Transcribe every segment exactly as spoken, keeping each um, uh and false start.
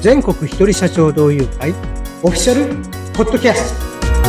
全国一人社長同友会オフィシャルポッドキャスト。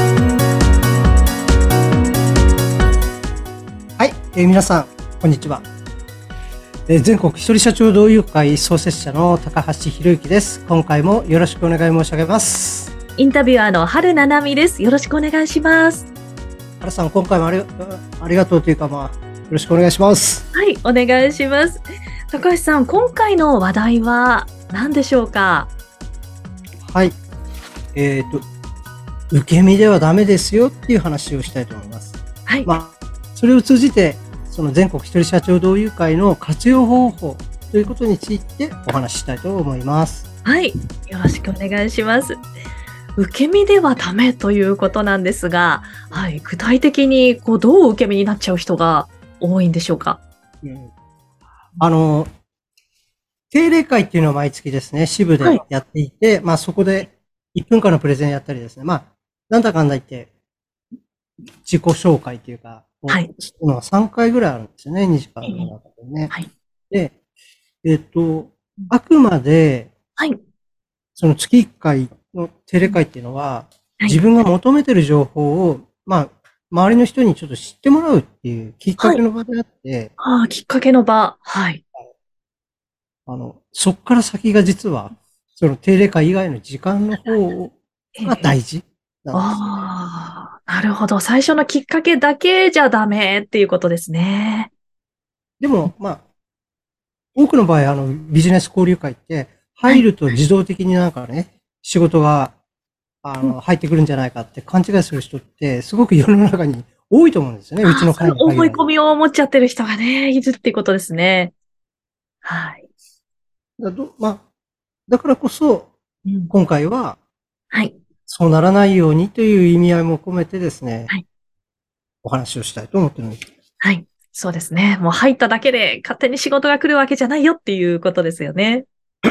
はい、えー、皆さんこんにちは、えー、全国一人社長同友会創設者の高橋博之です。今回もよろしくお願い申し上げます。 インタビュアーの春七海です。よろしくお願いします。 春さん、今回もあり、ありがとうというか、まあ、よろしくお願いします。 はい、お願いします。高橋さん、今回の話題は何でしょうか？ はい、えっと、受け身ではダメですよっていう話をしたいと思います。 はい。 まあ、それを通じて、その全国一人社長同友会の活用方法ということについてお話ししたいと思います。 はい、よろしくお願いします。受け身ではダメということなんですが、はい、具体的にこうどう受け身になっちゃう人が多いんでしょうか？ うん、あの、定例会っていうのは毎月ですね、支部でやっていて、はい、まあそこでいっぷんかんのプレゼンやったりですね、まあ、なんだかんだ言って、自己紹介というか、はい、のさんかいぐらいあるんですよね、にじかんの中でね。はい、で、えっと、あくまで、はい、その月いっかいの定例会っていうのは、はい、自分が求めてる情報を、まあ、周りの人にちょっと知ってもらうっていうきっかけの場であって、はい、 ああ、きっかけの場。はい。 あの、そっから先が実は、その定例会以外の時間の方が大事なんですよね。 ああ、なるほど。最初のきっかけだけじゃダメっていうことですね。 でも、まあ、多くの場合、あの、ビジネス交流会って、入ると自動的になんかね、はい、仕事が、あの、入ってくるんじゃないかって勘違いする人って、すごく世の中に多いと思うんですよね、うちの会に。 思い込みを持っちゃってる人がね、いるっていうことですね。はい。 だどまあ、だからこそ、うん、今回は、 はい。 そうならないようにという意味合いも込めてですね、はい、お話をしたいと思ってるんです。 はい。そうですね。もう入っただけで勝手に仕事が来るわけじゃないよっていうことですよね。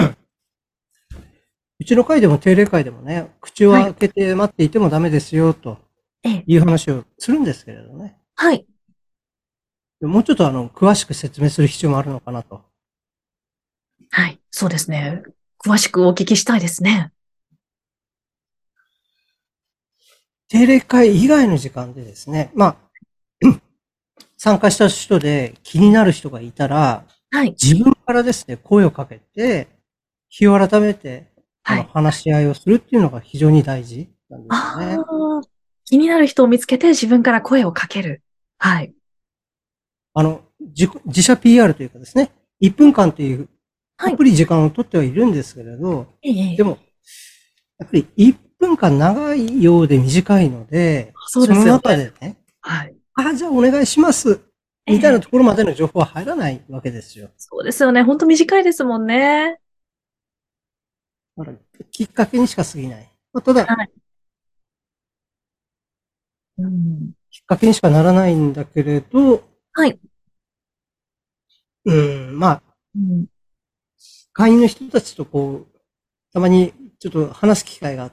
うちの会でも定例会でもね、口を開けて待っていてもダメですよという話をするんですけれどね。 はい。 もうちょっとあの、詳しく説明する必要もあるのかなと。 はい。そうですね。詳しくお聞きしたいですね。 定例会以外の時間でですね、まあ、参加した人で気になる人がいたら、はい、自分からですね、声をかけて、日を改めて、はい、あの話し合いをするっていうのが非常に大事なんですよね。 あ、気になる人を見つけて自分から声をかける。はい。 あの、自、自社 ピーアール というかですね、いっぷんかんという、たっぷり時間を取ってはいるんですけれど、はい、でも、やっぱりいっぷんかん長いようで短いので、 そうですよね。 その中でね、はい。あ、じゃあお願いします。みたいなところまでの情報は入らないわけですよ。 そうですよね。本当短いですもんね。 だからきっかけにしか過ぎない。ただ、はい、うん、きっかけにしかならないんだけれど、はい。うん、まあ、うん、会員の人たちとこう、たまにちょっと話す機会があって、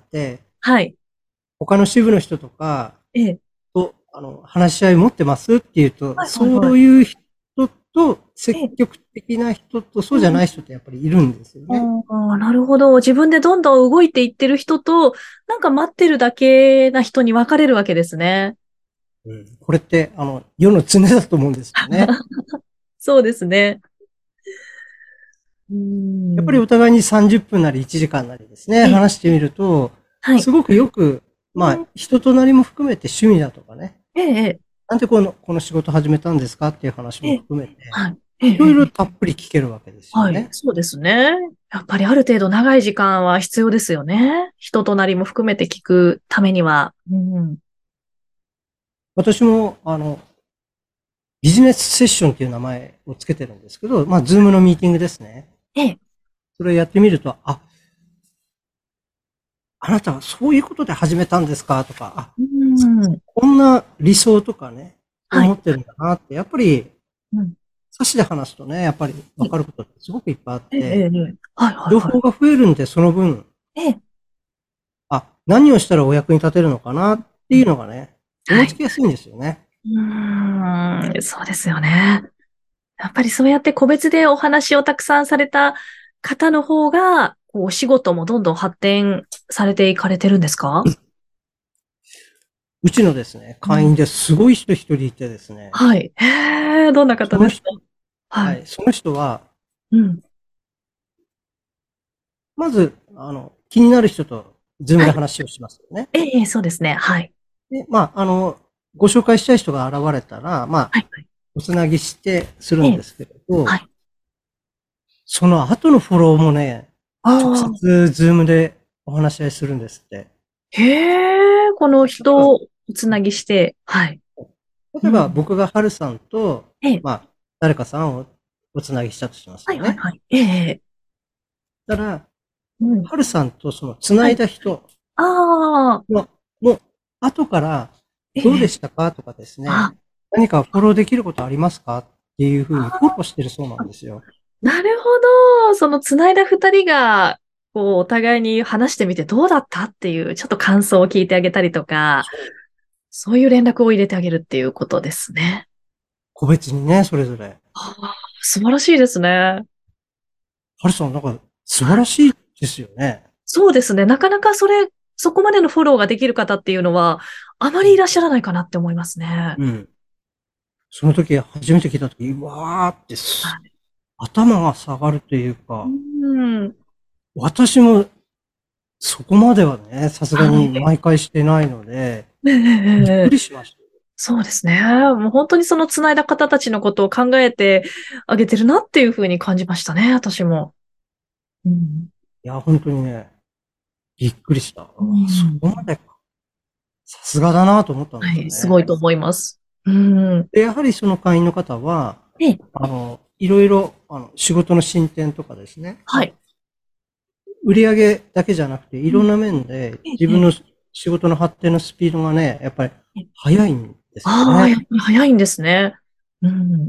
はい。他の支部の人とか、ええ、と、あの、話し合い持ってますっていうと、はいはいはい、そういう人と、積極的な人と、そうじゃない人ってやっぱりいるんですよね。 ああ、なるほど。自分でどんどん動いていってる人と、なんか待ってるだけな人に分かれるわけですね。 うん、これって、あの、世の常だと思うんですよね。 そうですね。 うんやっぱりお互いにさんじゅっぷんなりいちじかんなりですね、話してみると、はい、すごくよく、まあ、人となりも含めて趣味だとかね。ええ。なんでこの、この仕事始めたんですかっていう話も含めて、はい。いろいろたっぷり聞けるわけですよね。はい。 そうですね。やっぱりある程度長い時間は必要ですよね。人となりも含めて聞くためには。うん、 私も、あの、ビジネスセッションっていう名前をつけてるんですけど、まあ、ズームのミーティングですね。ええ。それをやってみると、あ、あなたはそういうことで始めたんですかとか、あ、うん、こんな理想とかね、思ってるんだなって、やっぱり、うん、差しで話すとね、やっぱり分かることってすごくいっぱいあって、情報が増えるんで、その分、ええ、あ、何をしたらお役に立てるのかなっていうのがね、思いつきやすいんですよね。 はい、うーん、そうですよね。やっぱりそうやって個別でお話をたくさんされた方の方が、 こう、お仕事もどんどん発展されていかれてるんですか？ うちのですね、 うん。 会員ですごい人一人いてですね、 はい。へえ、どんな方ですか？ その人、 はい。 はい、その人は、 うん。 まず、あの、気になる人とズームはい。 で話をしますよね。 ええええ、そうですね。はい。 で、まあ、あの、ご紹介したい人が現れたら、まあ、 はいはい。 おつなぎしてするええ、 んですけれど、 はい。 その後のフォローもね、直ああ。 接ズームでお話し合いするんですって。 へえ、この例えば、 人をおつなぎして、はい。 例えばうん。 僕がハルさんと、 ええ。 まあ、誰かさんをおつなぎしたとしますよね。 はいはいはい。ええええ。 たら、 うん。 ハルさんとそのつなはい。 いだ人ああ、 の、の後からええええ。 どうでしたかとかですあ、 ね、何かフォローできることありますかっていうふうにフォローしてるそうなんですよ。 なるほど。その繋いだ二人が、こう、お互いに話してみてどうだったっていう、ちょっと感想を聞いてあげたりとか、 そう。 そういう連絡を入れてあげるっていうことですね。 個別にね、それぞれ。 ああ、素晴らしいですね。 ハルさん、なんか素晴はい。 らしいですよね。 そうですね。なかなかそれ、そこまでのフォローができる方っていうのは、あまりいらっしゃらないかなって思いますね。 うん。その時、初めて聞いた時、うわーってはす、 い。 頭が下がるといううか、 ん。 私もそこまではね、さすがにはい。 毎回してないので、 えええびっえええ。 くりしました。 そうですね。もう本当にその繋いだ方たちのことを考えてあげてるなっていうふうに感じましたね、私も。うん。 いや、本当にね、びっくりした。 うあ、そん。 こまでか。さすがだなと思ったんではい、すすよね。 ごいと思います。うん。 で、やはりその会員の方は、 ええ、 あの、いろいろ、あの、仕事の進展とかですね。まあ、 はい。 売り上げだけじゃなくて、いうん。 ろんな面でええ、ええ、 自分の仕事の発展のスピードがね、やっぱりええ。 速いんですよああ、 ね。 やっぱり早いんですね。うん。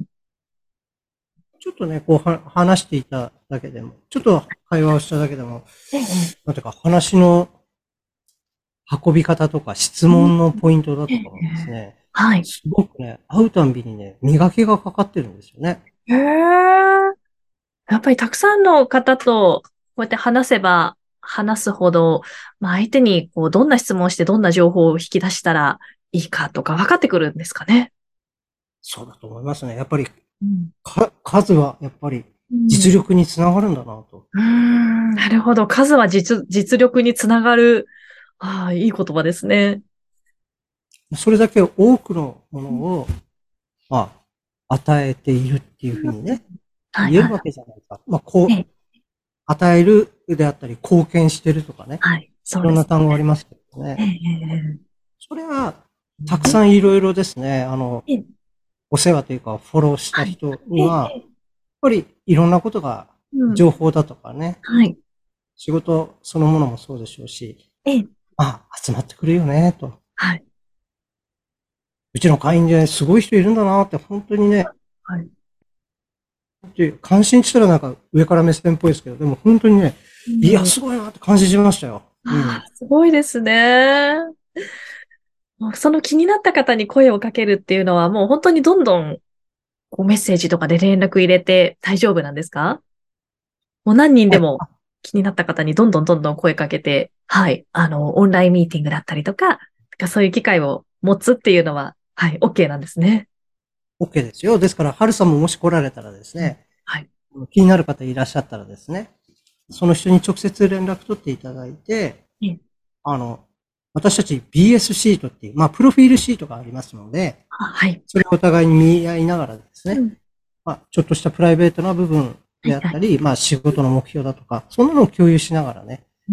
ちょっとね、こうは話していただけでも、ちょっと会話をしただけでも、 ええ、ええ。 なんていうか話の運び方とか質うん。 問のポイントだええ、 とかもですええ。 ね、 はい。 すごくね、会うたんびにね、磨きがかかってるんですよね。 へえ。やっぱりたくさんの方とこうやって話せば話すほど、まあ、相手にこうどんな質問をしてどんな情報を引き出したらいいかとか分かってくるんですかね。 そうだと思いますね。やっぱり、 うん。 か、数はやっぱりうん。 実力につながるんだなと。 うーん、なるほど。数は実、実力につながる。ああ、いい言葉ですね。 それだけ多くのものうん。 を、まあ、与えているっていうふううん。 にね、 はいはい。 言えるわけじゃないか。まあ、こう、 ええ、 与えるであったり、貢献してるとかね。 はい。 いろんなそうです単語ありますけどね。えね。 え、えそれは、たくえ、 さんいろいろですね、あの、 ええ、 お世話というか、フォローしたはい。 人にええ、 は、やっええ、 ぱりいろんなことが、 うん。 情報だとかね、 はい。 仕事そのものもそうでしょうし、 ええ、 あ、集まってくるよね、と。 はい。 うちの会員ですごい人いるんだなって、本当にね、 はい。 で感心したらなんか上から目線っぽいですけど、でも本当にね、いや、 うん。 すごいなって感心しましたよ。うん。 ああ、すごいですね。もうその気になった方に声をかけるっていうのは、もう本当にどんどんこうメッセージとかで連絡入れて大丈夫なんですか？もう何人はい。 でも気になった方にどんどんどんどん声かけて、はい、あの、オンラインミーティングだったりとか、そういう機会を持つっていうのは、はい、OK なんですね。 OK ですよ。ですから、ハルさんももし来られたらですうん。 ね、 はい。 気になる方いらっしゃったらですね、その人に直接連絡取っていただいて、 ええ。 あの、私たち ビーエス シートっていう、まあ、プロフィールシートがありますので、 あ、はい。 それをお互いに見合いながらですね、 うん。 まあ、ちょっとしたプライベートな部分はいはい。 であったり、まあ、仕事の目標だとか、そんなのを共有しながらね、 うん。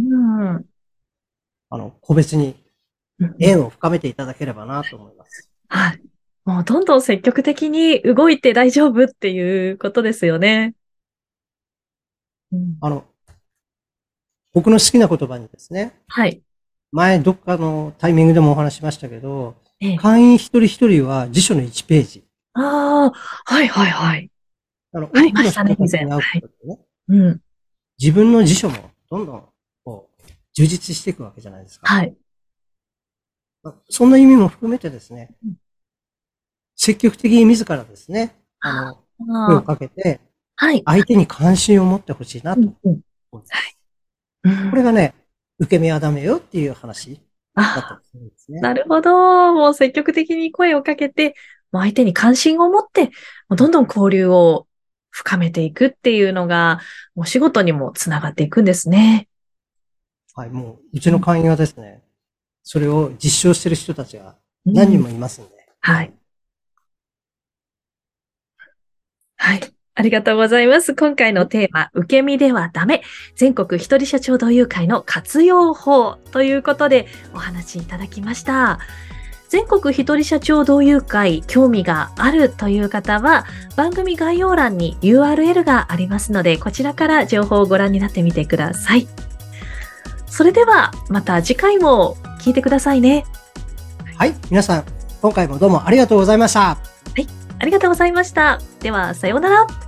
うんあの、個別にうん。 縁を深めていただければなと思います。 はい。もうどんどん積極的に動いて大丈夫っていうことですよね。うん。 あの、僕の好きな言葉にですね、 はい。 前どっかのタイミングでもお話しましたけど、 ええ。 会員一人一人は辞書のいちページ。 ああ、はいはいはい。 あの、 あ多くのりましたね、以前。 人たちに会うこはい。 とでね、 うん。 自分の辞書もどんどんこう充実していくわけじゃないですか。 はい。 そんな意味も含めてですね、 うん。 積極的に自らですね、ああの、声をあ、 かけて、 はい。 相手に関心を持ってほしいなとうんうん。 思いまはい。 す。 うんこれがね、受け身はダメよっていう話だったあ、 りするんですね。 なるほど。もう積極的に声をかけて、もう相手に関心を持って、もうどんどん交流を深めていくっていうのが、お仕事にもつながっていくんですね。 はい、もう、うちの会員はですね、それを実証してる人たちがうん何人もいますんで。 はい。はい。ありがとうございます。今回のテーマ、受け身ではダメ。全国一人社長同友会の活用法ということでお話しいただきました。全国一人社長同友会興味があるという方は番組概要欄に ユーアールエル がありますのでこちらから情報をご覧になってみてください。それではまた次回も聞いてくださいね。 はい、皆さん、今回もどうもありがとうございました。 ありがとうございました。では、さようなら。